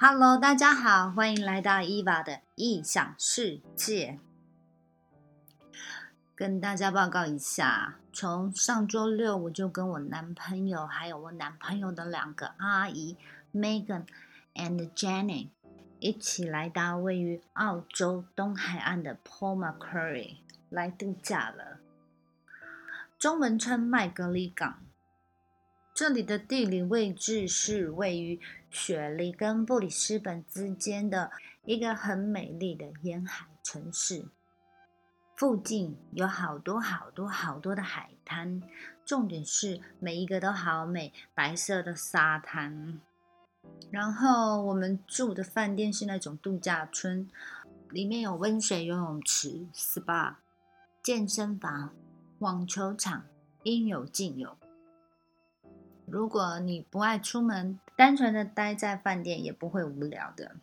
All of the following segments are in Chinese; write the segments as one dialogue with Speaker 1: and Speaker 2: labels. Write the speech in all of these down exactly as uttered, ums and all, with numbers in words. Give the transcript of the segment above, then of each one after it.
Speaker 1: Hello，大家好，欢迎来到伊娃的异想世界。跟大家报告一下，从上周六我就跟我男朋友还有我男朋友的两个阿姨 Megan and Jenny 一起来到位于澳洲东海岸的 Port Macquarie 来度假了，中文称麦格里港。这里的地理位置是位于雪梨跟布里斯本之间的一个很美丽的沿海城市，附近有好多好多好多的海滩，重点是每一个都好美，白色的沙滩。然后我们住的饭店是那种度假村，里面有温水游泳池、S P A、健身房、网球场，应有尽有。如果你不爱出门，单纯的待在饭店也不会无聊的。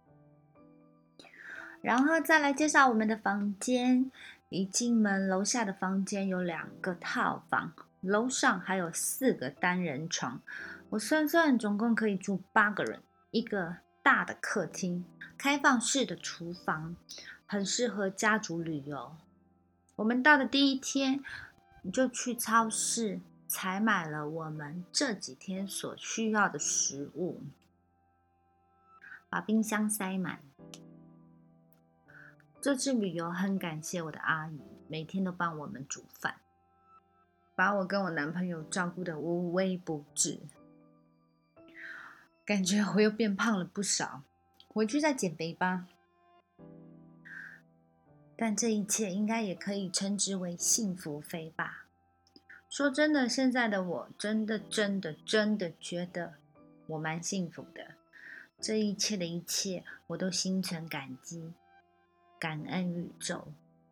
Speaker 1: 然后再来介绍我们的房间，一进门楼下的房间有两个套房，楼上还有四个单人床，我算算总共可以住八个人，一个大的客厅，开放式的厨房，很适合家族旅游。我们到的第一天就去超市采买了我们这几天所需要的食物，把冰箱塞满。这次旅游很感谢我的阿姨，每天都帮我们煮饭，把我跟我男朋友照顾得无微不至。感觉我又变胖了不少，回去再减肥吧。但这一切应该也可以称之为幸福肥吧。说真的，现在的我真的真的真的觉得我蛮幸福的，这一切的一切我都心存感激，感恩宇宙。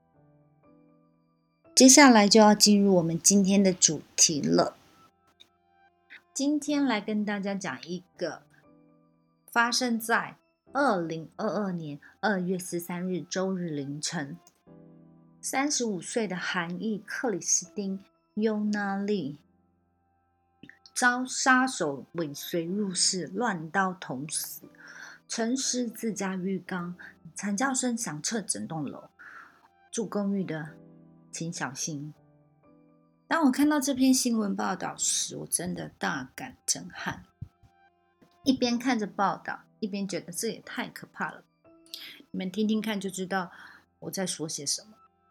Speaker 1: 接下来就要进入我们今天的主题了。今天来跟大家讲一个发生在二零二二年二月十三日周日凌晨，三十五岁的韩裔克里斯汀尤娜丽遭杀手尾随入室，乱刀捅死，沉尸自家浴缸，惨叫声响彻整栋楼。住公寓的请小心。当我看到这篇新闻报道时，我真的大感震撼。一边看着报道，一边觉得这也太可怕了。你们听听看就知道我在说些什么。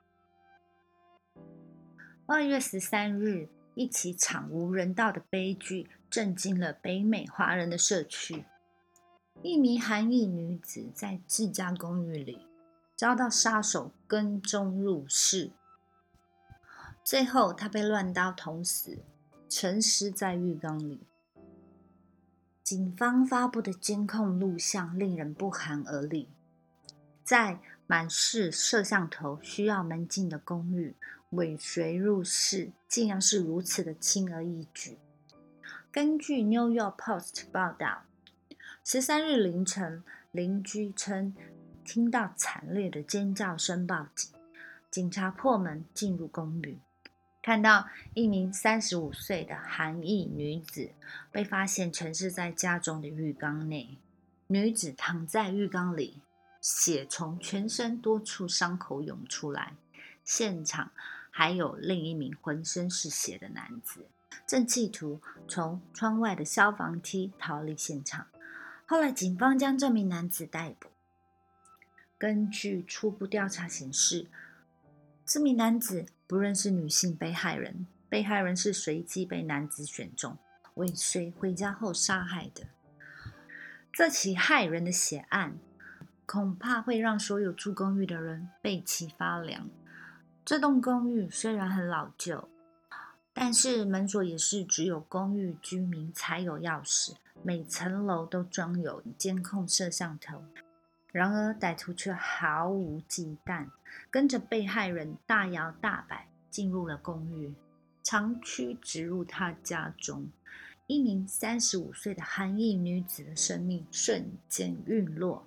Speaker 1: 二月十三日，一起惨无人道的悲剧震惊了北美华人的社区。一名韩裔女子在自家公寓里遭到杀手跟踪入室，最后她被乱刀捅死，沉尸在浴缸里。警方发布的监控录像令人不寒而栗，在满是摄像头需要门禁的公寓尾随入室，竟然是如此的轻而易举。根据 New York Post 报道，十三日凌晨，邻居称听到惨烈的尖叫声报警，警察破门进入公寓，看到一名三十五岁的韩裔女子被发现沉尸在家中的浴缸内，女子躺在浴缸里，血从全身多处伤口涌出来，现场还有另一名浑身是血的男子，正企图从窗外的消防梯逃离现场。后来警方将这名男子逮捕。根据初步调查显示，这名男子不认识女性被害人，被害人是随机被男子选中，尾随回家后杀害的。这起骇人的血案恐怕会让所有住公寓的人背脊发凉。这栋公寓虽然很老旧，但是门锁也是只有公寓居民才有钥匙，每层楼都装有监控摄像头。然而歹徒却毫无忌惮，跟着被害人大摇大摆进入了公寓，长驱直入他家中。一名三十五岁的韩裔女子的生命瞬间陨落。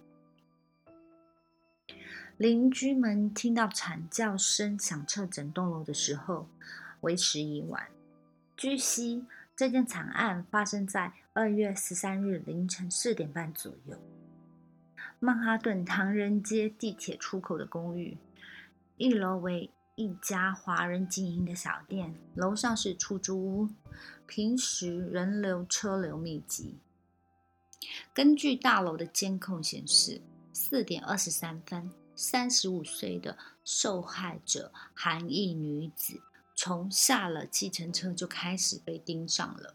Speaker 1: 邻居们听到惨叫声响彻整栋楼的时候，为时已晚。据悉， 这件惨案发生在二月十三日凌晨四点半左右。曼哈顿唐人街地铁出口的公寓，一楼为一家华人经营的小店，楼上是出租屋，平时人流车流密集。根据大楼的监控显示，四点二十三分，三十五岁的受害者韩裔女子从下了计程车就开始被盯上了。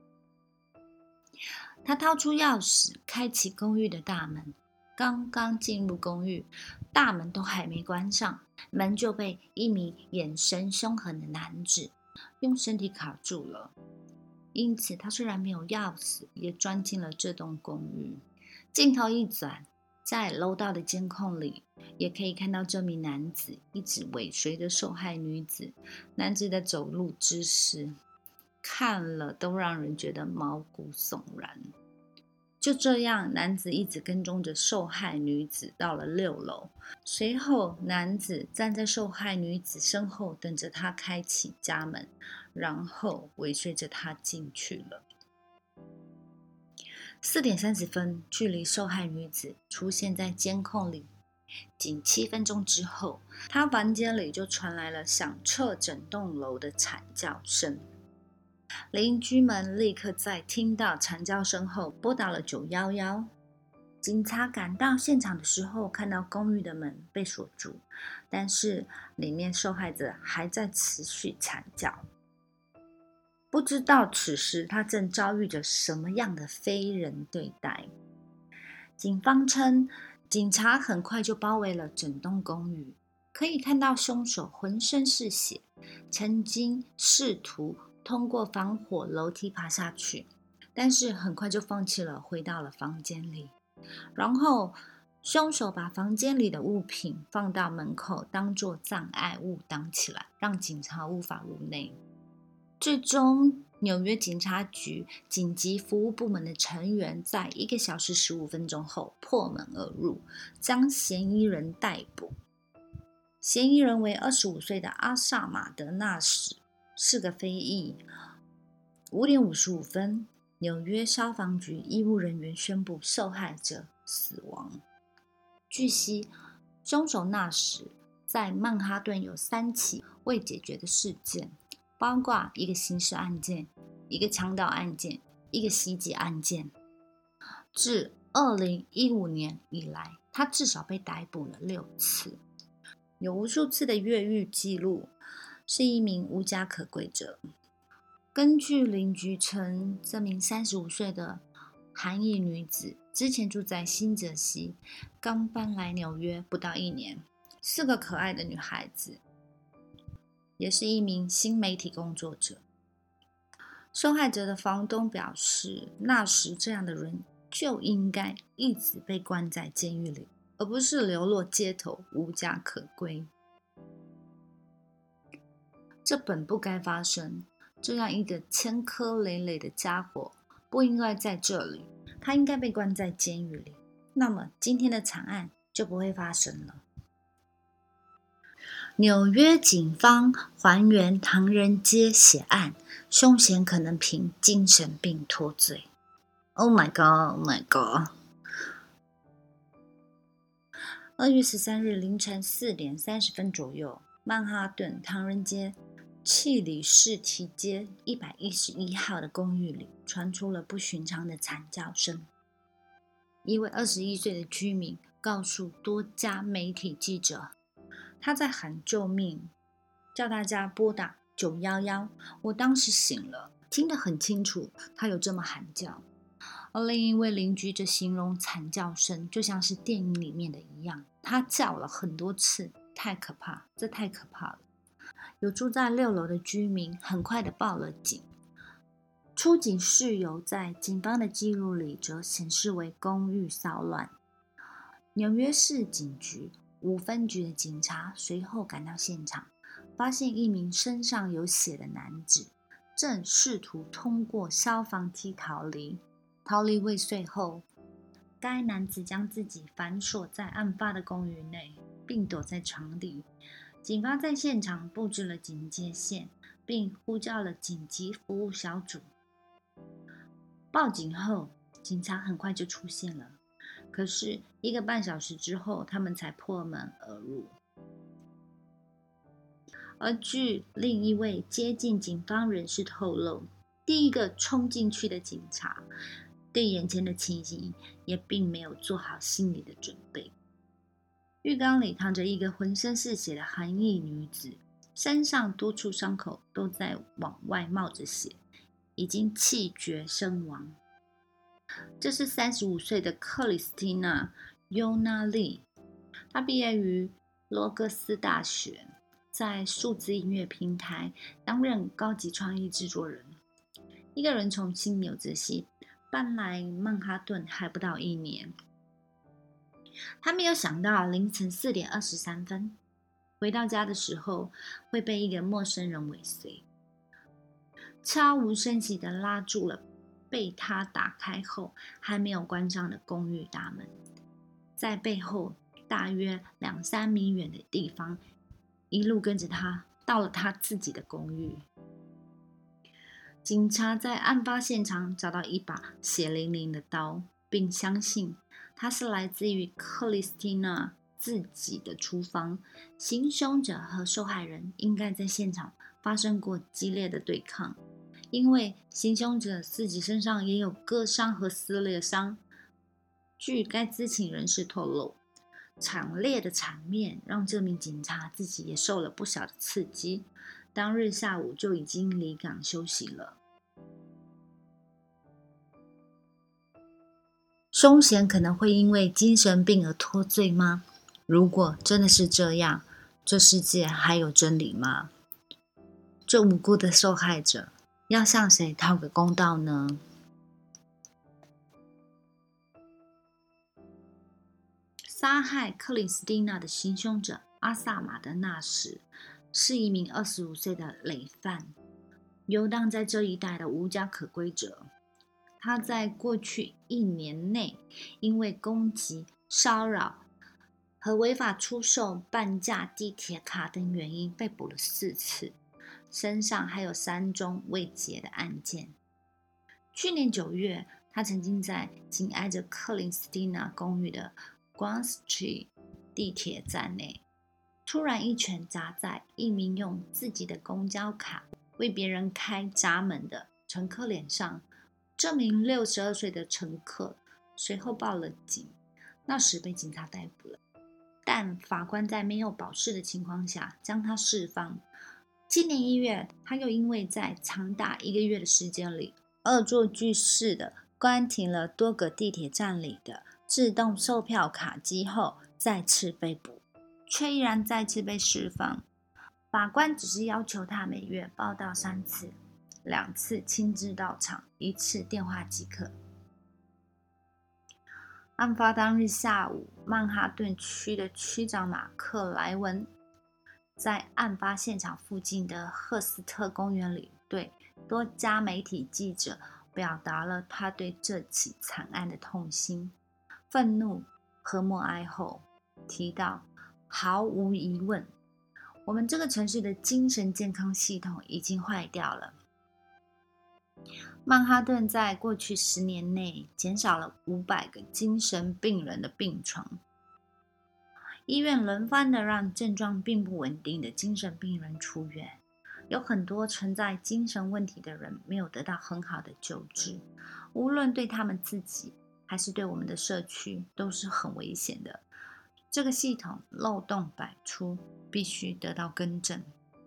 Speaker 1: 她掏出钥匙，开启公寓的大门。刚刚进入公寓，大门都还没关上，门就被一名眼神凶狠的男子用身体卡住了。因此，他虽然没有钥匙，也钻进了这栋公寓。镜头一转，在楼道的监控里，也可以看到这名男子一直尾随着受害女子。男子的走路姿势，看了都让人觉得毛骨悚然。就这样，男子一直跟踪着受害女子到了六楼，随后男子站在受害女子身后，等着她开启家门，然后尾随着她进去了。四点三十分，距离受害女子出现在监控里仅七分钟之后，她房间里就传来了响彻整栋楼的惨叫声。邻居们立刻在听到惨叫声后拨打了九一一。警察赶到现场的时候，看到公寓的门被锁住，但是里面受害者还在持续惨叫。不知道此时他正遭遇着什么样的非人对待。警方称，警察很快就包围了整栋公寓，可以看到凶手浑身是血，曾经试图通过防火楼梯爬下去，但是很快就放弃了，回到了房间里。然后凶手把房间里的物品放到门口，当作障碍物挡起来，让警察无法入内。最终，纽约警察局紧急服务部门的成员在一个小时十五分钟后破门而入，将嫌疑人逮捕。嫌疑人为二十五岁的阿萨马德纳什，是个非裔。五点五十五分，纽约消防局医务人员宣布受害者死亡。据悉，凶手纳什在曼哈顿有三起未解决的事件，包括一个刑事案件、一个强盗案件、一个袭击案件。自二零一五年以来，他至少被逮捕了六次，有无数次的越狱记录，是一名无家可归者。根据邻居称，这名三十五岁的韩裔女子之前住在新泽西，刚搬来纽约不到一年，是个可爱的女孩子，也是一名新媒体工作者。受害者的房东表示，纳什这样的人就应该一直被关在监狱里，而不是流落街头无家可归。这本不该发生，这样一个前科累累的家伙不应该在这里，他应该被关在监狱里，那么今天的惨案就不会发生了。纽约警方还原唐人街血案，凶嫌可能凭精神病脱罪。Oh my god, oh my god。二月十三日凌晨四点三十分左右，曼哈顿唐人街契里士提街一百一十一号的公寓里传出了不寻常的惨叫声。一位二十一岁的居民告诉多家媒体记者，他在喊救命，叫大家拨打九一一。我当时醒了，听得很清楚，他有这么喊叫。而另一位邻居则形容惨叫声就像是电影里面的一样，他叫了很多次，太可怕，这太可怕了。有住在六楼的居民很快的报了警，出警事由在警方的记录里则显示为公寓骚乱。纽约市警局五分局的警察随后赶到现场，发现一名身上有血的男子正试图通过消防梯逃离。逃离未遂后，该男子将自己反锁在案发的公寓内，并躲在床底。警方在现场布置了警戒线，并呼叫了紧急服务小组。 报警后，警察很快就出现了，可是一个半小时之后，他们才破门而入。而据另一位接近警方人士透露，第一个冲进去的警察对眼前的情形也并没有做好心理的准备。浴缸里躺着一个浑身是血的韩裔女子，身上多处伤口都在往外冒着血，已经气绝身亡。这是三十五岁的克里斯蒂娜·尤娜利，她毕业于罗格斯大学，在数字音乐平台担任高级创意制作人。一个人从新纽泽西搬来曼哈顿还不到一年，他没有想到凌晨四点二十三分回到家的时候会被一个陌生人尾随，悄无声息地拉住了被他打开后还没有关上的公寓大门，在背后大约两三米远的地方一路跟着他到了他自己的公寓。警察在案发现场找到一把血淋淋的刀，并相信它是来自于克里斯蒂娜自己的厨房。行凶者和受害人应该在现场发生过激烈的对抗，因为行凶者自己身上也有割伤和撕裂伤。据该知情人士透露，惨烈的场面让这名警察自己也受了不小的刺激，当日下午就已经离港休息了。凶嫌可能会因为精神病而脱罪吗？如果真的是这样，这世界还有真理吗？这无辜的受害者要向谁讨个公道呢？杀害克里斯蒂娜的行凶者阿萨马德纳什是一名二十五岁的累犯，游荡在这一带的无家可归者。他在过去一年内因为攻击、骚扰和违法出售半价地铁卡等原因被捕了四次，身上还有三宗未结的案件。去年九月，他曾经在紧挨着克里斯蒂娜公寓的 Grand Street 地铁站内，突然一拳砸在一名用自己的公交卡为别人开闸门的乘客脸上。这名六十二岁的乘客随后报了警，那时被警察逮捕了，但法官在没有保释的情况下将他释放。今年一月，他又因为在长达一个月的时间里恶作剧式的关停了多个地铁站里的自动售票卡机后再次被捕，却依然再次被释放。法官只是要求他每月报到三次，两次亲自到场，一次电话即可。案发当日下午，曼哈顿区的区长马克莱文在案发现场附近的赫斯特公园里对多家媒体记者表达了他对这起惨案的痛心、愤怒和默哀后，提到毫无疑问，我们这个城市的精神健康系统已经坏掉了。曼哈顿在过去十年内减少了五百个精神病人的病床，医院轮番的让症状并不稳定的精神病人出院，有很多存在精神问题的人没有得到很好的救治，无论对他们自己还是对我们的社区都是很危险的。这个系统漏洞百出，必须得到更正。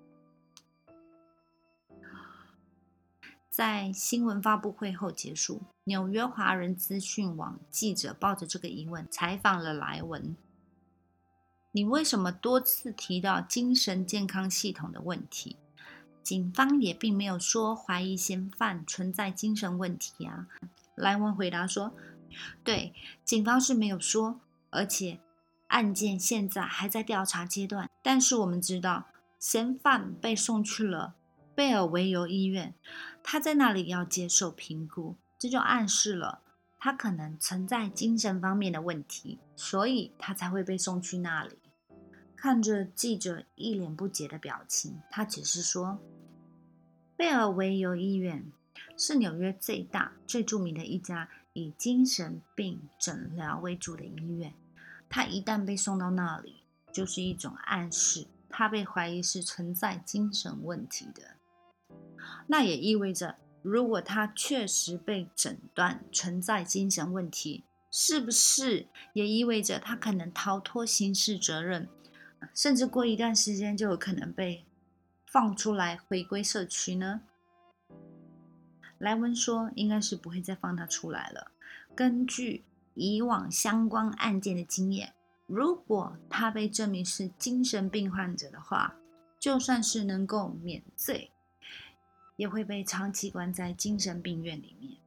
Speaker 1: 在新闻发布会后结束，纽约华人资讯网记者抱着这个疑问采访了莱文：你为什么多次提到精神健康系统的问题？警方也并没有说怀疑嫌犯存在精神问题啊。莱文回答说：对，警方是没有说，而且案件现在还在调查阶段，但是我们知道嫌犯被送去了贝尔维尤医院，他在那里要接受评估，这就暗示了他可能存在精神方面的问题，所以他才会被送去那里。看着记者一脸不解的表情，他解释说，贝尔维尤医院是纽约最大、最著名的一家以精神病诊疗为主的医院。他一旦被送到那里，就是一种暗示，他被怀疑是存在精神问题的。那也意味着，如果他确实被诊断存在精神问题，是不是也意味着他可能逃脱刑事责任，甚至过一段时间就有可能被放出来回归社区呢？莱文说，应该是不会再放他出来了。根据以往相关案件的经验，如果他被证明是精神病患者的话，就算是能够免罪，也会被长期关在精神病院里面。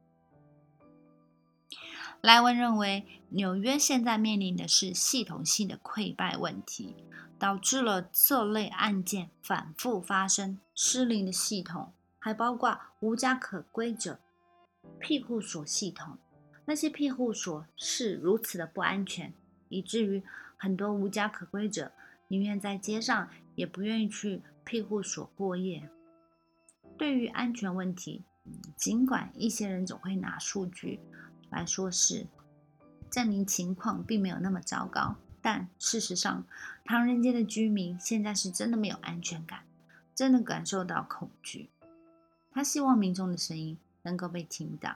Speaker 1: 莱文认为，纽约现在面临的是系统性的溃败问题，导致了这类案件反复发生。失灵的系统还包括无家可归者庇护所系统，那些庇护所是如此的不安全，以至于很多无家可归者宁愿在街上，也不愿意去庇护所过夜。对于安全问题，尽管一些人总会拿数据来说是证明情况并没有那么糟糕，但事实上，唐人街的居民现在是真的没有安全感，真的感受到恐惧。他希望民众的声音能够被听到。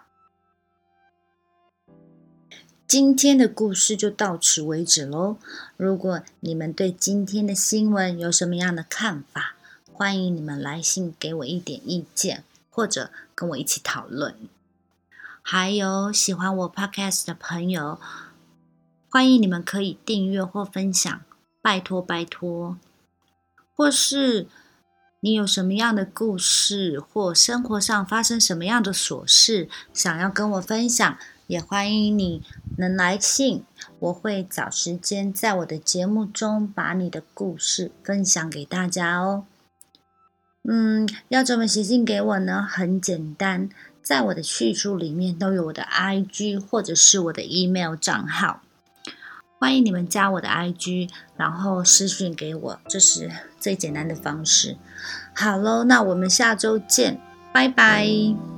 Speaker 1: 今天的故事就到此为止咯。如果你们对今天的新闻有什么样的看法，欢迎你们来信给我一点意见，或者跟我一起讨论。还有喜欢我 podcast 的朋友，欢迎你们可以订阅或分享，拜托拜托。或是你有什么样的故事，或生活上发生什么样的琐事，想要跟我分享，也欢迎你能来信，我会找时间在我的节目中把你的故事分享给大家哦。嗯，要怎么写信给我呢？很简单，在我的叙述里面都有我的 I G 或者是我的 email 账号，欢迎你们加我的 I G， 然后私讯给我，这是最简单的方式。好咯，那我们下周见，拜拜。